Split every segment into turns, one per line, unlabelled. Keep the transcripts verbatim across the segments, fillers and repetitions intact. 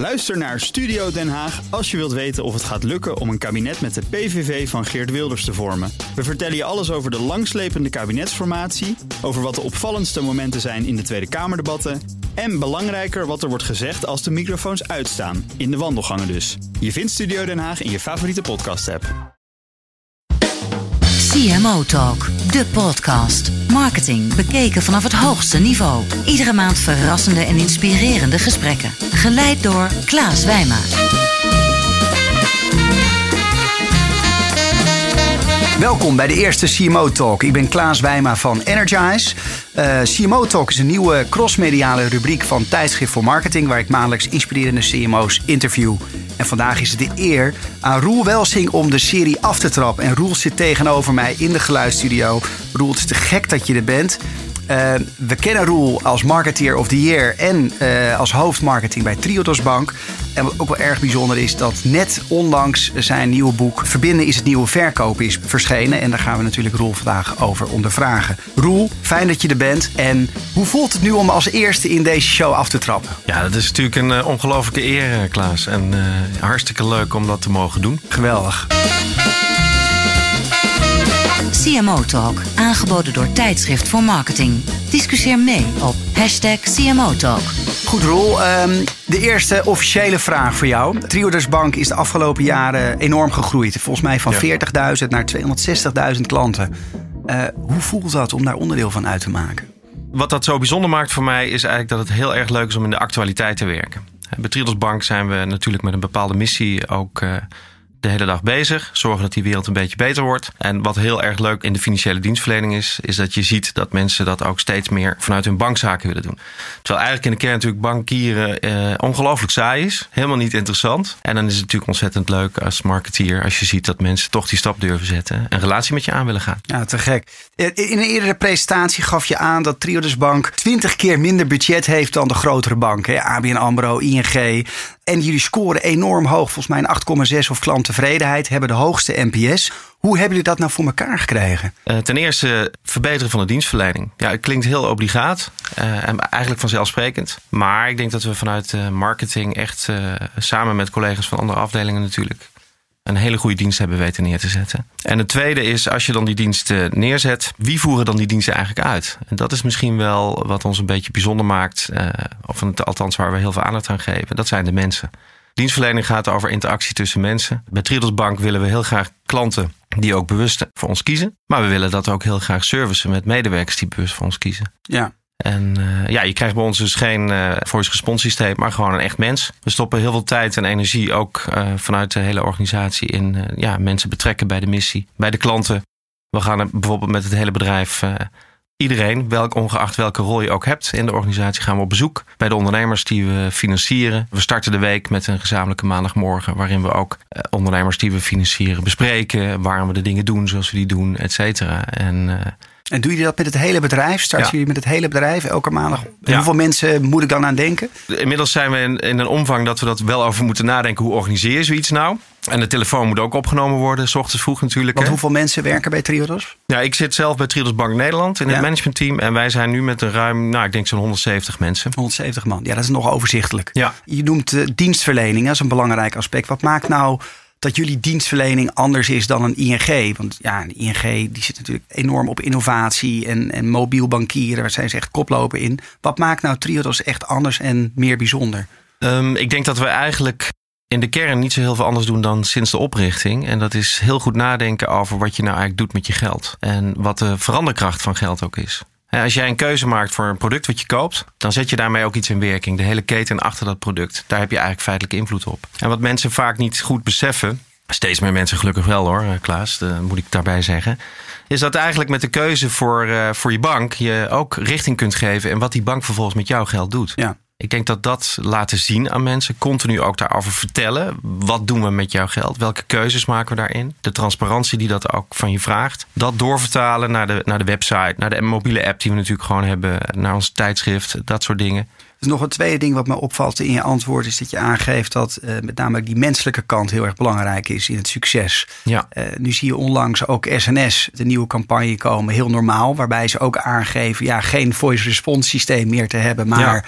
Luister naar Studio Den Haag als je wilt weten of het gaat lukken om een kabinet met de P V V van Geert Wilders te vormen. We vertellen je alles over de langslepende kabinetsformatie, over wat de opvallendste momenten zijn in de Tweede Kamerdebatten en belangrijker wat er wordt gezegd als de microfoons uitstaan, in de wandelgangen dus. Je vindt Studio Den Haag in je favoriete podcast-app.
C M O Talk, de podcast. Marketing bekeken vanaf het hoogste niveau. Iedere maand verrassende en inspirerende gesprekken. Geleid door Klaas Wijma.
Welkom bij de eerste C M O Talk. Ik ben Klaas Wijma van Energize. Uh, C M O Talk is een nieuwe crossmediale rubriek van Tijdschrift voor Marketing, waar ik maandelijks inspirerende C M O's interview. En vandaag is het de eer aan Roel Welsing om de serie af te trappen. En Roel zit tegenover mij in de geluidsstudio. Roel, het is te gek dat je er bent. Uh, we kennen Roel als Marketeer of the Year en uh, als hoofdmarketing bij Triodos Bank. En wat ook wel erg bijzonder is, dat net onlangs zijn nieuwe boek Verbinden is het nieuwe verkopen is verschenen. En daar gaan we natuurlijk Roel vandaag over ondervragen. Roel, fijn dat je er bent. En hoe voelt het nu om als eerste in deze show af te trappen?
Ja, dat is natuurlijk een uh, ongelofelijke eer, Klaas. En uh, hartstikke leuk om dat te mogen doen.
Geweldig.
C M O Talk, aangeboden door Tijdschrift voor Marketing. Discussieer mee op hashtag C M O Talk.
Goed, Roel. Um, de eerste officiële vraag voor jou. Triodos Bank is de afgelopen jaren enorm gegroeid. Volgens mij van ja. veertigduizend naar tweehonderdzestigduizend klanten. Uh, hoe voelt dat om daar onderdeel van uit te maken?
Wat dat zo bijzonder maakt voor mij is eigenlijk dat het heel erg leuk is om in de actualiteit te werken. Bij Triodos Bank zijn we natuurlijk met een bepaalde missie ook Uh, de hele dag bezig. Zorgen dat die wereld een beetje beter wordt. En wat heel erg leuk in de financiële dienstverlening is, is dat je ziet dat mensen dat ook steeds meer vanuit hun bankzaken willen doen. Terwijl eigenlijk in de kern natuurlijk bankieren eh, ongelooflijk saai is. Helemaal niet interessant. En dan is het natuurlijk ontzettend leuk als marketeer als je ziet dat mensen toch die stap durven zetten en een relatie met je aan willen gaan.
Ja, te gek. In een eerdere presentatie gaf je aan dat Triodos Bank twintig keer minder budget heeft dan de grotere banken. A B N AMRO, I N G. En jullie scoren enorm hoog. Volgens mij een acht komma zes of klanttevredenheid. Hebben de hoogste N P S. Hoe hebben jullie dat nou voor elkaar gekregen?
Uh, ten eerste verbeteren van de dienstverlening. Ja, het klinkt heel obligaat. Uh, en eigenlijk vanzelfsprekend. Maar ik denk dat we vanuit uh, marketing echt uh, samen met collega's van andere afdelingen natuurlijk een hele goede dienst hebben weten neer te zetten. En het tweede is, als je dan die diensten neerzet, wie voeren dan die diensten eigenlijk uit? En dat is misschien wel wat ons een beetje bijzonder maakt, uh, of althans waar we heel veel aandacht aan geven. Dat zijn de mensen. Dienstverlening gaat over interactie tussen mensen. Bij Triodos Bank willen we heel graag klanten die ook bewust voor ons kiezen. Maar we willen dat ook heel graag servicen met medewerkers die bewust voor ons kiezen.
Ja.
En uh, ja, je krijgt bij ons dus geen uh, voice response systeem, maar gewoon een echt mens. We stoppen heel veel tijd en energie ook uh, vanuit de hele organisatie in uh, ja, mensen betrekken bij de missie, bij de klanten. We gaan er bijvoorbeeld met het hele bedrijf, uh, iedereen, welk, ongeacht welke rol je ook hebt in de organisatie, gaan we op bezoek bij de ondernemers die we financieren. We starten de week met een gezamenlijke maandagmorgen waarin we ook uh, ondernemers die we financieren bespreken, waarom we de dingen doen zoals we die doen, et cetera. En uh,
En doen jullie dat met het hele bedrijf? Starten
ja.
jullie met het hele bedrijf elke maandag?
Ja.
Hoeveel mensen moet ik dan aan denken?
Inmiddels zijn we in, in een omvang dat we dat wel over moeten nadenken. Hoe organiseer je zoiets nou? En de telefoon moet ook opgenomen worden, 's ochtends vroeg natuurlijk.
Want
hè?
hoeveel mensen werken bij Triodos?
Ja, ik zit zelf bij Triodos Bank Nederland in het
Ja.
managementteam. En wij zijn nu met een ruim, nou ik denk zo'n honderdzeventig mensen.
honderdzeventig man. Ja, dat is nog overzichtelijk.
Ja.
Je noemt uh, dienstverlening, dat is een belangrijk aspect. Wat maakt nou dat jullie dienstverlening anders is dan een I N G? Want ja, een I N G die zit natuurlijk enorm op innovatie en, en mobiel bankieren. Daar zijn ze echt koploper in. Wat maakt nou Triodos echt anders en meer bijzonder?
Um, ik denk dat we eigenlijk in de kern niet zo heel veel anders doen dan sinds de oprichting. En dat is heel goed nadenken over wat je nou eigenlijk doet met je geld. En wat de veranderkracht van geld ook is. Als jij een keuze maakt voor een product wat je koopt, dan zet je daarmee ook iets in werking. De hele keten achter dat product. Daar heb je eigenlijk feitelijke invloed op. En wat mensen vaak niet goed beseffen, steeds meer mensen gelukkig wel hoor, Klaas, dat moet ik daarbij zeggen, is dat eigenlijk met de keuze voor, uh, voor je bank je ook richting kunt geven en wat die bank vervolgens met jouw geld doet.
Ja.
Ik denk dat dat laten zien aan mensen, continu ook daarover vertellen. Wat doen we met jouw geld? Welke keuzes maken we daarin? De transparantie die dat ook van je vraagt. Dat doorvertalen naar de, naar de website, naar de mobiele app die we natuurlijk gewoon hebben, naar ons tijdschrift, dat soort dingen.
Dus nog een tweede ding wat me opvalt in je antwoord is dat je aangeeft dat uh, met name die menselijke kant heel erg belangrijk is in het succes.
Ja.
Uh, nu zie je onlangs ook S N S, de nieuwe campagne komen, heel normaal. Waarbij ze ook aangeven ja, geen voice response systeem meer te hebben, maar ja.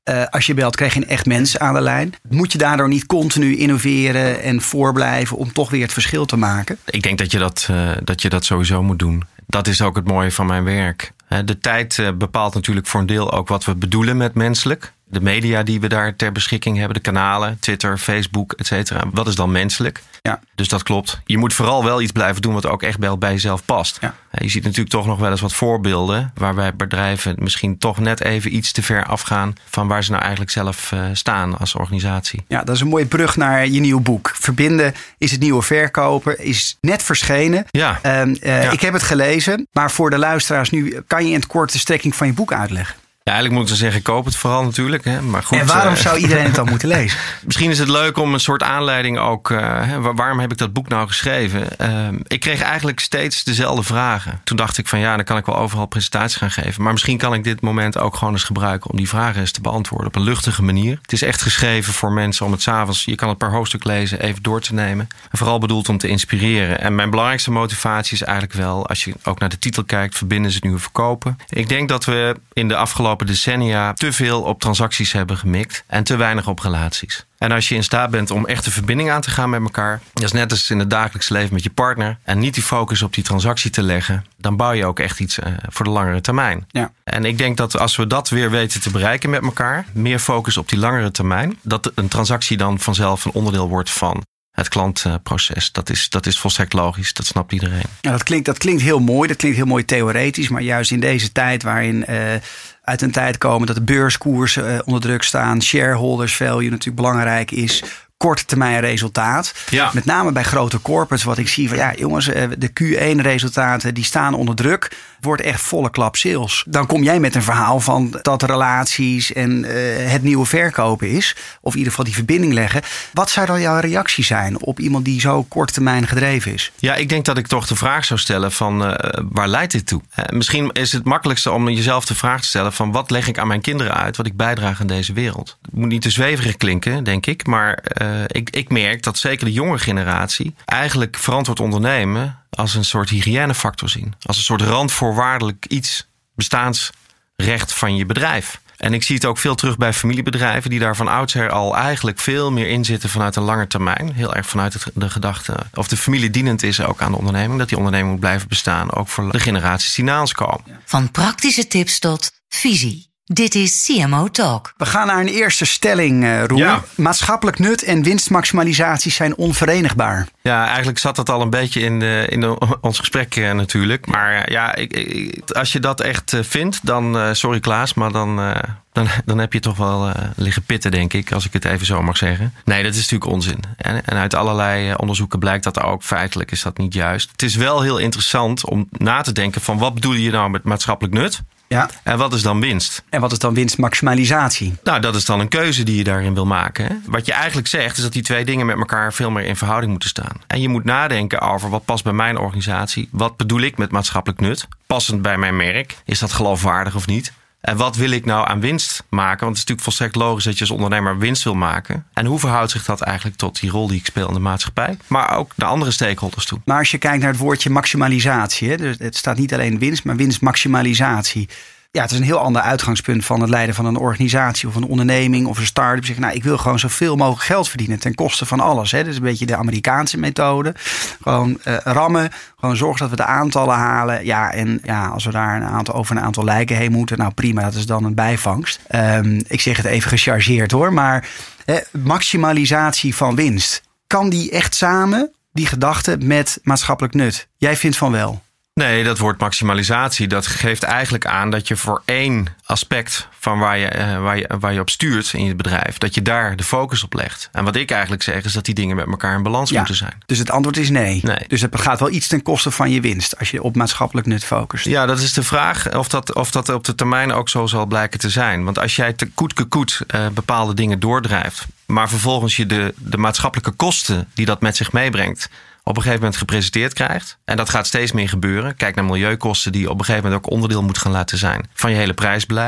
Uh, als je belt, krijg je een echt mens aan de lijn. Moet je daardoor niet continu innoveren en voorblijven om toch weer het verschil te maken?
Ik denk dat je dat, uh, dat je dat sowieso moet doen. Dat is ook het mooie van mijn werk. De tijd uh, bepaalt natuurlijk voor een deel ook wat we bedoelen met menselijk. De media die we daar ter beschikking hebben, de kanalen, Twitter, Facebook, et cetera. Wat is dan menselijk?
Ja.
Dus dat klopt. Je moet vooral wel iets blijven doen wat ook echt bij jezelf past.
Ja.
Je ziet natuurlijk toch nog wel eens wat voorbeelden waarbij bedrijven misschien toch net even iets te ver afgaan van waar ze nou eigenlijk zelf uh, staan als organisatie.
Ja, dat is een mooie brug naar je nieuw boek. Verbinden is het nieuwe verkopen, is net verschenen.
Ja.
Uh, uh,
ja.
Ik heb het gelezen, maar voor de luisteraars nu, kan je in het kort de strekking van je boek uitleggen?
Ja, eigenlijk moeten we zeggen, koop het vooral natuurlijk. Hè. Maar goed,
en waarom
uh,
zou iedereen het dan moeten lezen?
Misschien is het leuk om een soort aanleiding ook... Uh, hè, waarom heb ik dat boek nou geschreven? Uh, ik kreeg eigenlijk steeds dezelfde vragen. Toen dacht ik van ja, dan kan ik wel overal presentaties gaan geven. Maar misschien kan ik dit moment ook gewoon eens gebruiken... om die vragen eens te beantwoorden op een luchtige manier. Het is echt geschreven voor mensen om het 's avonds... je kan het per hoofdstuk lezen, even door te nemen. En vooral bedoeld om te inspireren. En mijn belangrijkste motivatie is eigenlijk wel... als je ook naar de titel kijkt, verbinden ze het nieuwe verkopen. Ik denk dat we in de afgelopen decennia te veel op transacties hebben gemikt en te weinig op relaties. En als je in staat bent om echt de verbinding aan te gaan met elkaar, dat is net als in het dagelijks leven met je partner, en niet die focus op die transactie te leggen, dan bouw je ook echt iets uh, voor de langere termijn.
Ja.
En ik denk dat als we dat weer weten te bereiken met elkaar, meer focus op die langere termijn, dat een transactie dan vanzelf een onderdeel wordt van het klantproces. Dat is, dat is volstrekt logisch. Dat snapt iedereen.
Ja, dat klinkt, dat klinkt heel mooi. Dat klinkt heel mooi theoretisch. Maar juist in deze tijd waarin uh, uit een tijd komen dat de beurskoersen uh, onder druk staan. Shareholders value natuurlijk belangrijk is. Korte termijn resultaat.
Ja.
Met name bij grote corporates. Wat ik zie van ja jongens, de Q één resultaten die staan onder druk. Wordt echt volle klap sales. Dan kom jij met een verhaal van dat relaties en uh, het nieuwe verkopen is. Of in ieder geval die verbinding leggen. Wat zou dan jouw reactie zijn op iemand die zo kort termijn gedreven is?
Ja, ik denk dat ik toch de vraag zou stellen van uh, waar leidt dit toe? Uh, misschien is het makkelijkste om jezelf de vraag te stellen van wat leg ik aan mijn kinderen uit wat ik bijdraag aan deze wereld? Het moet niet te zweverig klinken, denk ik. Maar uh, ik, ik merk dat zeker de jonge generatie eigenlijk verantwoord ondernemen als een soort hygiënefactor zien. Als een soort randvoorwaardelijk iets, bestaansrecht van je bedrijf. En ik zie het ook veel terug bij familiebedrijven die daar van oudsher al eigenlijk veel meer in zitten vanuit een lange termijn. Heel erg vanuit het, de gedachte, of de familie dienend is ook aan de onderneming. Dat die onderneming moet blijven bestaan, ook voor de generaties die na ons komen.
Van praktische tips tot visie. Dit is C M O Talk.
We gaan naar een eerste stelling, uh, Roel.
Ja. Maatschappelijk
nut en winstmaximalisatie zijn onverenigbaar.
Ja, eigenlijk zat dat al een beetje in, de, in de, ons gesprek uh, natuurlijk. Maar uh, ja, ik, ik, als je dat echt uh, vindt, dan, uh, sorry Klaas, maar dan, uh, dan, dan heb je toch wel uh, liggen pitten, denk ik, als ik het even zo mag zeggen. Nee, dat is natuurlijk onzin. En, en uit allerlei uh, onderzoeken blijkt dat ook. Feitelijk is dat niet juist. Het is wel heel interessant om na te denken van wat bedoel je nou met maatschappelijk nut?
Ja.
En wat is dan winst?
En wat is dan winstmaximalisatie?
Nou, dat is dan een keuze die je daarin wil maken. Hè? Wat je eigenlijk zegt is dat die twee dingen met elkaar veel meer in verhouding moeten staan. En je moet nadenken over wat past bij mijn organisatie. Wat bedoel ik met maatschappelijk nut? Passend bij mijn merk. Is dat geloofwaardig of niet? En wat wil ik nou aan winst maken? Want het is natuurlijk volstrekt logisch dat je als ondernemer winst wil maken. En hoe verhoudt zich dat eigenlijk tot die rol die ik speel in de maatschappij? Maar ook naar andere stakeholders toe.
Maar als je kijkt naar het woordje maximalisatie. Hè, dus het staat niet alleen winst, maar winstmaximalisatie. Ja, het is een heel ander uitgangspunt van het leiden van een organisatie of een onderneming of een start-up. Zeggen, nou, ik wil gewoon zoveel mogelijk geld verdienen ten koste van alles. Hè. Dat is een beetje de Amerikaanse methode. Gewoon uh, rammen, gewoon zorgen dat we de aantallen halen. Ja, en ja, als we daar een aantal, over een aantal lijken heen moeten, nou prima, dat is dan een bijvangst. Um, ik zeg het even gechargeerd hoor, maar eh, maximalisatie van winst. Kan die echt samen, die gedachte, met maatschappelijk nut? Jij vindt van wel.
Nee, dat woord maximalisatie, dat geeft eigenlijk aan dat je voor één aspect van waar je, uh, waar je, waar je op stuurt in je bedrijf, dat je daar de focus op legt. En wat ik eigenlijk zeg is dat die dingen met elkaar in balans
ja,
moeten zijn.
Dus het antwoord is nee.
nee.
Dus het gaat wel iets ten koste van je winst als je op maatschappelijk nut focust.
Ja, dat is de vraag of dat, of dat op de termijn ook zo zal blijken te zijn. Want als jij te koet koet uh, bepaalde dingen doordrijft, maar vervolgens je de, de maatschappelijke kosten die dat met zich meebrengt op een gegeven moment gepresenteerd krijgt. En dat gaat steeds meer gebeuren. Kijk naar milieukosten die op een gegeven moment ook onderdeel moeten gaan laten zijn van je hele prijsbeleid.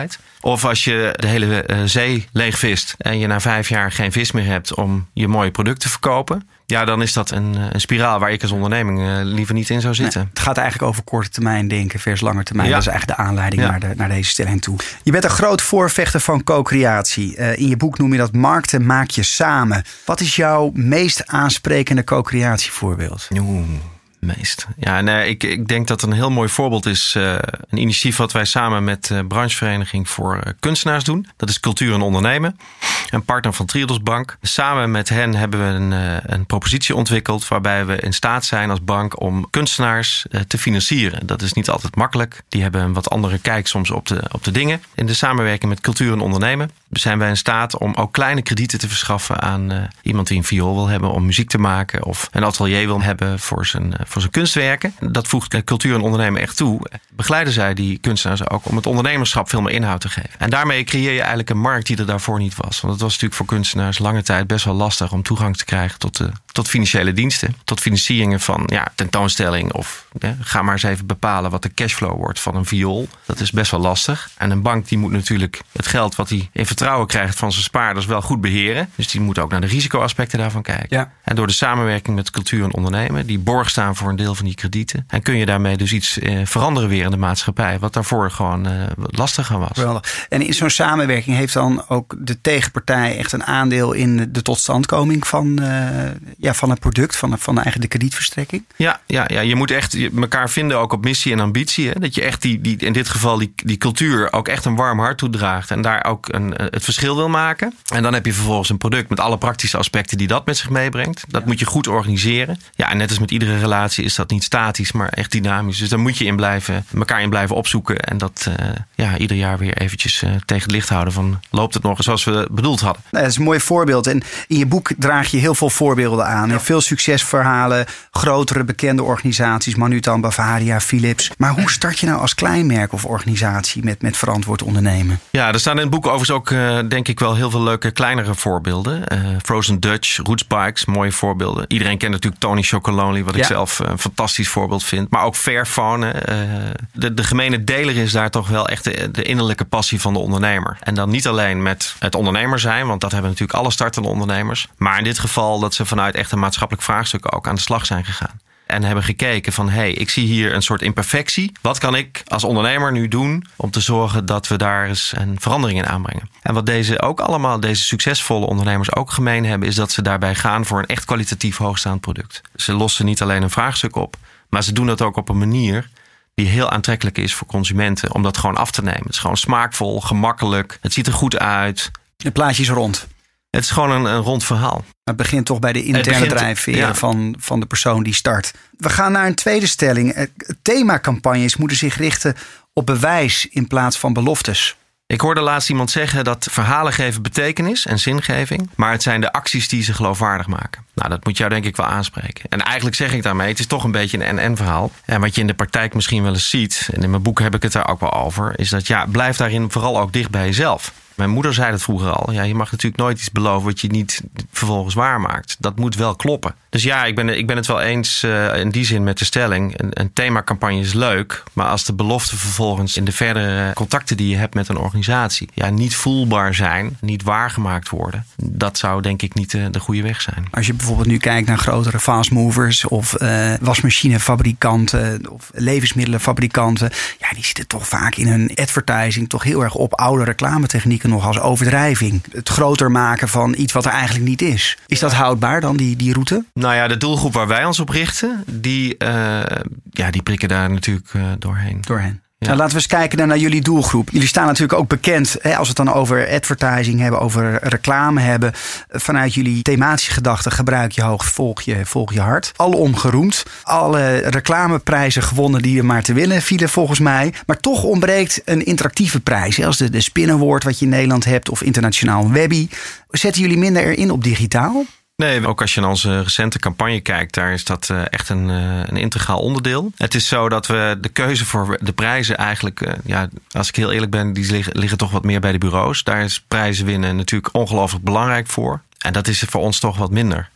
Of als je de hele uh, zee leegvist en je na vijf jaar geen vis meer hebt om je mooie product te verkopen. Ja, dan is dat een, een spiraal waar ik als onderneming uh, liever niet in zou zitten.
Nee, het gaat eigenlijk over korte termijn denken versus lange termijn.
Ja.
Dat is eigenlijk de aanleiding ja. naar, de, naar deze stelling toe. Je bent een groot voorvechter van co-creatie. Uh, in je boek noem je dat markten maak je samen. Wat is jouw meest aansprekende co-creatievoorbeeld?
Oeh. Meest. Ja, nee, ik, ik denk dat een heel mooi voorbeeld is uh, een initiatief wat wij samen met de uh, branchevereniging voor uh, kunstenaars doen. Dat is Cultuur en Ondernemen. Een partner van Triodos Bank. Samen met hen hebben we een, uh, een propositie ontwikkeld waarbij we in staat zijn als bank om kunstenaars uh, te financieren. Dat is niet altijd makkelijk. Die hebben een wat andere kijk soms op de, op de dingen. In de samenwerking met Cultuur en Ondernemen zijn wij in staat om ook kleine kredieten te verschaffen aan uh, iemand die een viool wil hebben om muziek te maken of een atelier wil hebben voor zijn, uh, voor zijn kunstwerken. Dat voegt Cultuur en Ondernemen echt toe. Begeleiden zij die kunstenaars ook om het ondernemerschap veel meer inhoud te geven. En daarmee creëer je eigenlijk een markt die er daarvoor niet was. Want het was natuurlijk voor kunstenaars lange tijd best wel lastig om toegang te krijgen tot, de, tot financiële diensten. Tot financieringen van ja, tentoonstelling of ja, ga maar eens even bepalen wat de cashflow wordt van een viool. Dat is best wel lastig. En een bank die moet natuurlijk het geld wat hij in vertrouwen krijgt van zijn spaarders wel goed beheren. Dus die moet ook naar de risicoaspecten daarvan kijken. Ja. En door de samenwerking met Cultuur en Ondernemen, die borg staan voor een deel van die kredieten. En kun je daarmee dus iets eh, veranderen weer in de maatschappij. Wat daarvoor gewoon eh, lastiger was.
Geweldig. En in zo'n samenwerking heeft dan ook de tegenpartij echt een aandeel in de totstandkoming van, uh, ja, van het product, van, van eigenlijk de kredietverstrekking?
Ja, ja, ja, je moet echt elkaar vinden ook op missie en ambitie. Hè? Dat je echt die, die, in dit geval die, die cultuur ook echt een warm hart toedraagt. En daar ook een, het verschil wil maken. En dan heb je vervolgens een product met alle praktische aspecten die dat met zich meebrengt. Dat ja. moet je goed organiseren. Ja, en net als met iedere relatie is dat niet statisch, maar echt dynamisch. Dus daar moet je in blijven, elkaar in blijven opzoeken. En dat uh, ja, ieder jaar weer eventjes uh, tegen het licht houden van loopt het nog zoals we bedoeld hadden.
Nee, dat is een mooi voorbeeld. En in je boek draag je heel veel voorbeelden aan. Ja. Veel succesverhalen, grotere bekende organisaties, Manutan, Bavaria, Philips. Maar hoe start je nou als kleinmerk of organisatie met, met verantwoord ondernemen?
Ja, er staan in het boek overigens ook uh, denk ik wel heel veel leuke kleinere voorbeelden. Uh, Frozen Dutch, Roots Bikes, mooie voorbeelden. Iedereen kent natuurlijk Tony Chocolonely, wat ja. ik zelf een fantastisch voorbeeld vind. Maar ook Fairphone. Uh, de, de gemene deler is daar toch wel echt de, de innerlijke passie van de ondernemer. En dan niet alleen met het ondernemer zijn, want dat hebben natuurlijk alle startende ondernemers. Maar in dit geval dat ze vanuit echt een maatschappelijk vraagstuk ook aan de slag zijn gegaan. En hebben gekeken van, hé, hey, ik zie hier een soort imperfectie. Wat kan ik als ondernemer nu doen om te zorgen dat we daar eens een verandering in aanbrengen? En wat deze ook allemaal, deze succesvolle ondernemers ook gemeen hebben, is dat ze daarbij gaan voor een echt kwalitatief hoogstaand product. Ze lossen niet alleen een vraagstuk op, maar ze doen dat ook op een manier die heel aantrekkelijk is voor consumenten om dat gewoon af te nemen. Het is gewoon smaakvol, gemakkelijk, het ziet er goed uit.
Het plaatje is rond.
Het is gewoon een, een rond verhaal.
Het begint toch bij de interne begint, drijfveer ja. van, van de persoon die start. We gaan naar een tweede stelling. Themacampagnes moeten zich richten op bewijs in plaats van beloftes.
Ik hoorde laatst iemand zeggen dat verhalen geven betekenis en zingeving, maar het zijn de acties die ze geloofwaardig maken. Nou, dat moet jou denk ik wel aanspreken. En eigenlijk zeg ik daarmee, het is toch een beetje een en-en verhaal. En wat je in de praktijk misschien wel eens ziet, en in mijn boek heb ik het daar ook wel over, is dat ja, blijf daarin vooral ook dicht bij jezelf. Mijn moeder zei dat vroeger al. Ja, je mag natuurlijk nooit iets beloven wat je niet vervolgens waarmaakt. Dat moet wel kloppen. Dus ja, ik ben, ik ben het wel eens uh, in die zin met de stelling. Een, een themacampagne is leuk. Maar als de beloften vervolgens in de verdere contacten die je hebt met een organisatie ja, niet voelbaar zijn, niet waargemaakt worden. Dat zou denk ik niet de, de goede weg zijn.
Als je bijvoorbeeld nu kijkt naar grotere fast movers of uh, wasmachinefabrikanten of levensmiddelenfabrikanten. Ja, die zitten toch vaak in hun advertising toch heel erg op oude reclametechnieken nog als overdrijving. Het groter maken van iets wat er eigenlijk niet is. Is dat houdbaar dan, die, die route?
Nou ja, de doelgroep waar wij ons op richten, die, uh, ja, die prikken daar natuurlijk uh, doorheen.
Doorheen. Ja. Nou, laten we eens kijken naar jullie doelgroep. Jullie staan natuurlijk ook bekend, hè, als we het dan over advertising hebben, over reclame hebben. Vanuit jullie thematische gedachten, gebruik je hoofd, volg je, volg je hart. Alom geroemd. Alle reclameprijzen gewonnen die er maar te winnen vielen volgens mij. Maar toch ontbreekt een interactieve prijs. Hè, als de, de Spin Award wat je in Nederland hebt of internationaal Webby. Zetten jullie minder erin op digitaal?
Nee, ook als je naar onze recente campagne kijkt, daar is dat echt een, een integraal onderdeel. Het is zo dat we de keuze voor de prijzen eigenlijk, ja, als ik heel eerlijk ben, die liggen, liggen toch wat meer bij de bureaus. Daar is prijzen winnen natuurlijk ongelooflijk belangrijk voor. En dat is voor ons toch wat minder.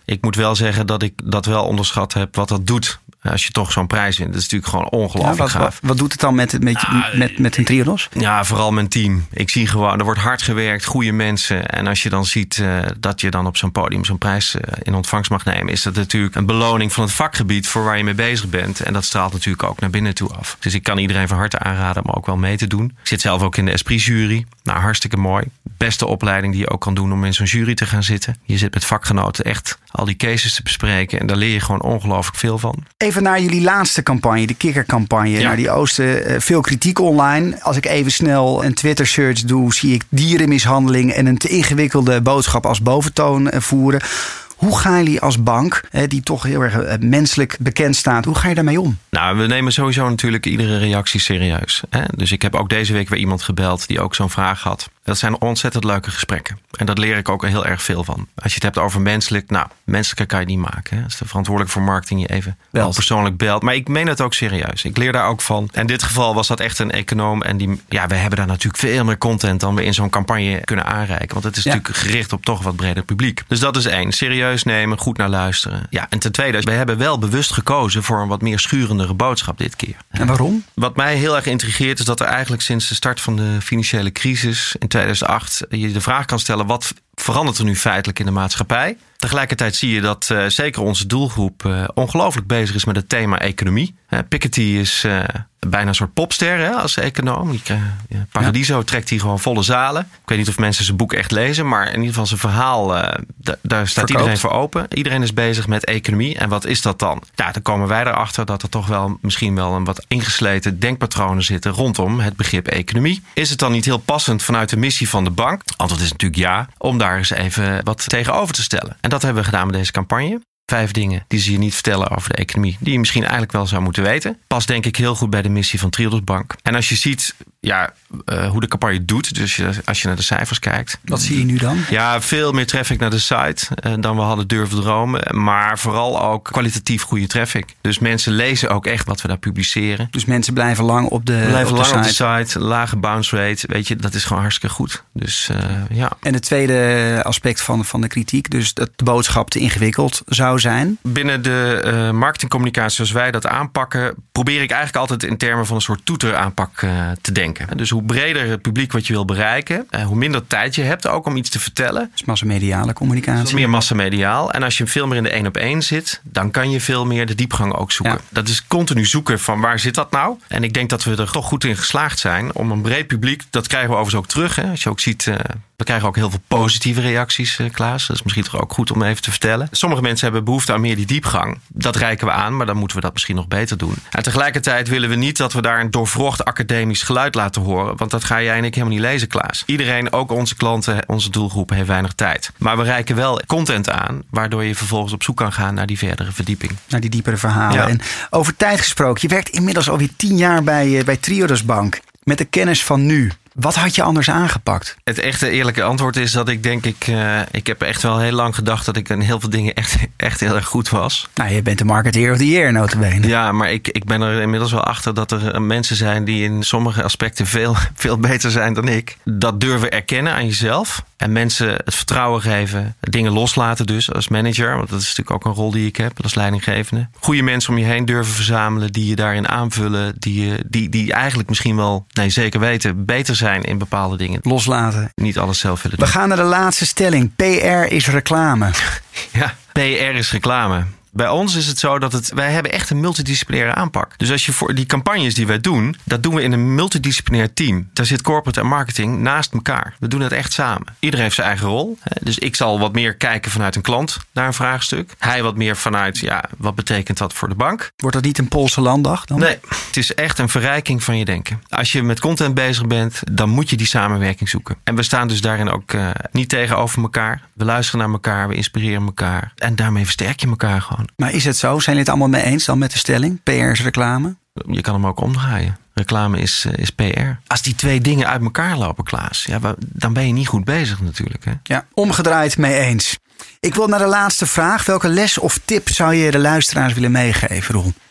Ik moet wel zeggen dat ik dat wel onderschat heb wat dat doet als je toch zo'n prijs wint. Dat is natuurlijk gewoon ongelooflijk
ja, wat,
gaaf.
Wat, wat doet het dan met, met,
Ah,
met, met een Triodos?
Ja, vooral mijn team. Ik zie gewoon, er wordt hard gewerkt, goede mensen. En als je dan ziet uh, dat je dan op zo'n podium zo'n prijs uh, in ontvangst mag nemen, is dat natuurlijk een beloning van het vakgebied voor waar je mee bezig bent. En dat straalt natuurlijk ook naar binnen toe af. Dus ik kan iedereen van harte aanraden om ook wel mee te doen. Ik zit zelf ook in de Esprit jury. Nou, hartstikke mooi. Beste opleiding die je ook kan doen om in zo'n jury te gaan zitten. Je zit met vakgenoten echt al die cases te bespreken. En daar leer je gewoon ongelooflijk veel van.
Even naar jullie laatste campagne, de kikkercampagne.
Ja.
Naar die Oosten, uh, veel kritiek online. Als ik even snel een Twitter-search doe, zie ik dierenmishandeling en een te ingewikkelde boodschap als boventoon uh, voeren. Hoe gaan jullie als bank, die toch heel erg menselijk bekend staat, hoe ga je daarmee om?
Nou, we nemen sowieso natuurlijk iedere reactie serieus. Hè? Dus ik heb ook deze week weer iemand gebeld die ook zo'n vraag had. Dat zijn ontzettend leuke gesprekken. En daar leer ik ook heel erg veel van. Als je het hebt over menselijk, nou, menselijker kan je het niet maken. Hè? Als de verantwoordelijk voor marketing je even wel persoonlijk belt. Maar ik meen het ook serieus. Ik leer daar ook van. En in dit geval was dat echt een econoom. En die, ja, we hebben daar natuurlijk veel meer content dan we in zo'n campagne kunnen aanreiken. Want het is ja. natuurlijk gericht op toch een wat breder publiek. Dus dat is één. Serieus nemen, goed naar luisteren. Ja, en ten tweede, we hebben wel bewust gekozen voor een wat meer schurendere boodschap dit keer.
En waarom?
Wat mij heel erg intrigeert is dat er eigenlijk sinds de start van de financiële crisis in tweeduizend acht je de vraag kan stellen, wat verandert er nu feitelijk in de maatschappij? Tegelijkertijd zie je dat uh, zeker onze doelgroep uh, ongelooflijk bezig is met het thema economie. Uh, Piketty is uh, bijna een soort popster hè, als econoom. Die, uh, ja, Paradiso ja. trekt hier gewoon volle zalen. Ik weet niet of mensen zijn boek echt lezen, maar in ieder geval zijn verhaal, uh, d- daar staat Verkoopt. iedereen voor open. Iedereen is bezig met economie. En wat is dat dan? Ja, dan komen wij erachter dat er toch wel misschien wel een wat ingesleten denkpatronen zitten rondom het begrip economie. Is het dan niet heel passend vanuit de missie van de bank? Antwoord is natuurlijk ja, om daar eens even wat tegenover te stellen. En dat hebben we gedaan met deze campagne. Vijf dingen die ze je niet vertellen over de economie, die je misschien eigenlijk wel zou moeten weten. Past denk ik heel goed bij de missie van Triodos Bank. En als je ziet ja, uh, hoe de campagne doet, dus je, als je naar de cijfers kijkt.
Wat zie je nu dan?
Ja, veel meer traffic naar de site uh, dan we hadden durven dromen. Maar vooral ook kwalitatief goede traffic. Dus mensen lezen ook echt wat we daar publiceren.
Dus mensen blijven lang op de,
blijven
op de
lang
site.
op de site. Lage bounce rate. Weet je, dat is gewoon hartstikke goed. Dus uh, ja.
En het tweede aspect van, van de kritiek, dus dat de boodschap te ingewikkeld zou zijn.
Binnen de uh, marketingcommunicatie zoals wij dat aanpakken, probeer ik eigenlijk altijd in termen van een soort toeteraanpak uh, te denken. Dus hoe breder het publiek wat je wil bereiken, uh, hoe minder tijd je hebt ook om iets te vertellen.
Dus massamediale communicatie.
Dus meer massamediaal. En als je veel meer in de één op één zit, dan kan je veel meer de diepgang ook zoeken. Ja. Dat is continu zoeken van waar zit dat nou? En ik denk dat we er toch goed in geslaagd zijn om een breed publiek, dat krijgen we overigens ook terug. Hè? Als je ook ziet, uh, we krijgen ook heel veel positieve reacties, uh, Klaas. Dat is misschien toch ook goed om even te vertellen. Sommige mensen hebben behoefte aan meer die diepgang. Dat reiken we aan, maar dan moeten we dat misschien nog beter doen. En tegelijkertijd willen we niet dat we daar een doorwrocht academisch geluid laten horen. Want dat ga jij en ik helemaal niet lezen, Klaas. Iedereen, ook onze klanten, onze doelgroep, heeft weinig tijd. Maar we reiken wel content aan, waardoor je vervolgens op zoek kan gaan naar die verdere verdieping.
Naar die diepere verhalen.
Ja.
En over tijd gesproken, je werkt inmiddels alweer tien jaar bij, bij Triodos Bank. Met de kennis van nu. Wat had je anders aangepakt?
Het echte eerlijke antwoord is dat ik denk ik... Uh, ik heb echt wel heel lang gedacht dat ik in heel veel dingen echt, echt heel erg goed was.
Nou, je bent de marketeer of the year, nota bene.
Ja, maar ik, ik ben er inmiddels wel achter dat er mensen zijn die in sommige aspecten veel, veel beter zijn dan ik. Dat durven erkennen aan jezelf. En mensen het vertrouwen geven. Dingen loslaten dus als manager. Want dat is natuurlijk ook een rol die ik heb als leidinggevende. Goede mensen om je heen durven verzamelen. Die je daarin aanvullen. Die, die, die eigenlijk misschien wel, nee zeker weten, beter zijn in bepaalde dingen.
Loslaten.
Niet alles zelf willen doen.
We gaan naar de laatste stelling. P R is reclame.
Ja, P R is reclame. Bij ons is het zo dat het, wij hebben echt een multidisciplinaire aanpak. Dus als je voor die campagnes die wij doen, dat doen we in een multidisciplinair team. Daar zit corporate en marketing naast elkaar. We doen het echt samen. Iedereen heeft zijn eigen rol. Dus ik zal wat meer kijken vanuit een klant naar een vraagstuk. Hij wat meer vanuit, ja, wat betekent dat voor de bank?
Wordt dat niet een Poolse landdag dan?
Nee, het is echt een verrijking van je denken. Als je met content bezig bent, dan moet je die samenwerking zoeken. En we staan dus daarin ook uh, niet tegenover elkaar. We luisteren naar elkaar, we inspireren elkaar. En daarmee versterk je elkaar gewoon.
Maar is het zo? Zijn jullie het allemaal mee eens dan met de stelling? P R is reclame?
Je kan hem ook omdraaien. Reclame is, uh, is P R. Als die twee dingen uit elkaar lopen, Klaas, ja, dan ben je niet goed bezig natuurlijk. Hè?
Ja, omgedraaid mee eens. Ik wil naar de laatste vraag. Welke les of tip zou je de luisteraars willen meegeven, Roel?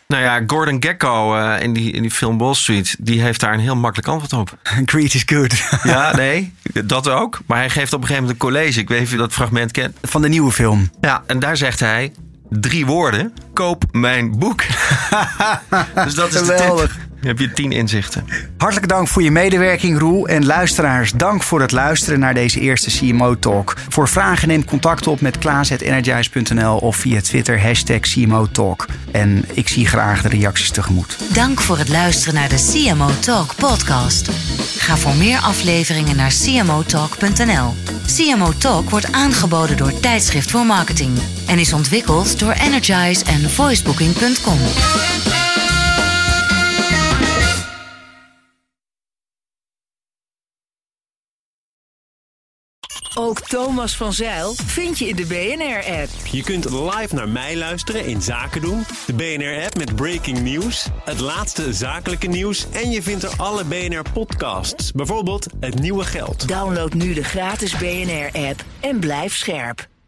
Nou ja, Gordon Gekko uh, in, die, in die film Wall Street, die heeft daar een heel makkelijk antwoord op.
Greed is good.
Ja, nee, dat ook. Maar hij geeft op een gegeven moment een college. Ik weet niet of je dat fragment kent.
Van de nieuwe film.
Ja, en daar zegt hij drie woorden. Koop mijn boek. Dus dat is geweldig. De tip. Dan heb je tien inzichten.
Hartelijk dank voor je medewerking, Roel. En luisteraars, dank voor het luisteren naar deze eerste C M O Talk. Voor vragen neem contact op met klaas at energize punt n l of via Twitter hashtag C M O Talk. En ik zie graag de reacties tegemoet.
Dank voor het luisteren naar de C M O Talk podcast. Ga voor meer afleveringen naar c m o talk punt n l. C M O Talk wordt aangeboden door Tijdschrift voor Marketing en is ontwikkeld door Energize en voicebooking punt com.
Ook Thomas van Zijl vind je in de B N R-app.
Je kunt live naar mij luisteren in Zaken doen, de B N R-app met breaking news, het laatste zakelijke nieuws en je vindt er alle B N R-podcasts, bijvoorbeeld Het Nieuwe Geld.
Download nu de gratis B N R-app en blijf scherp.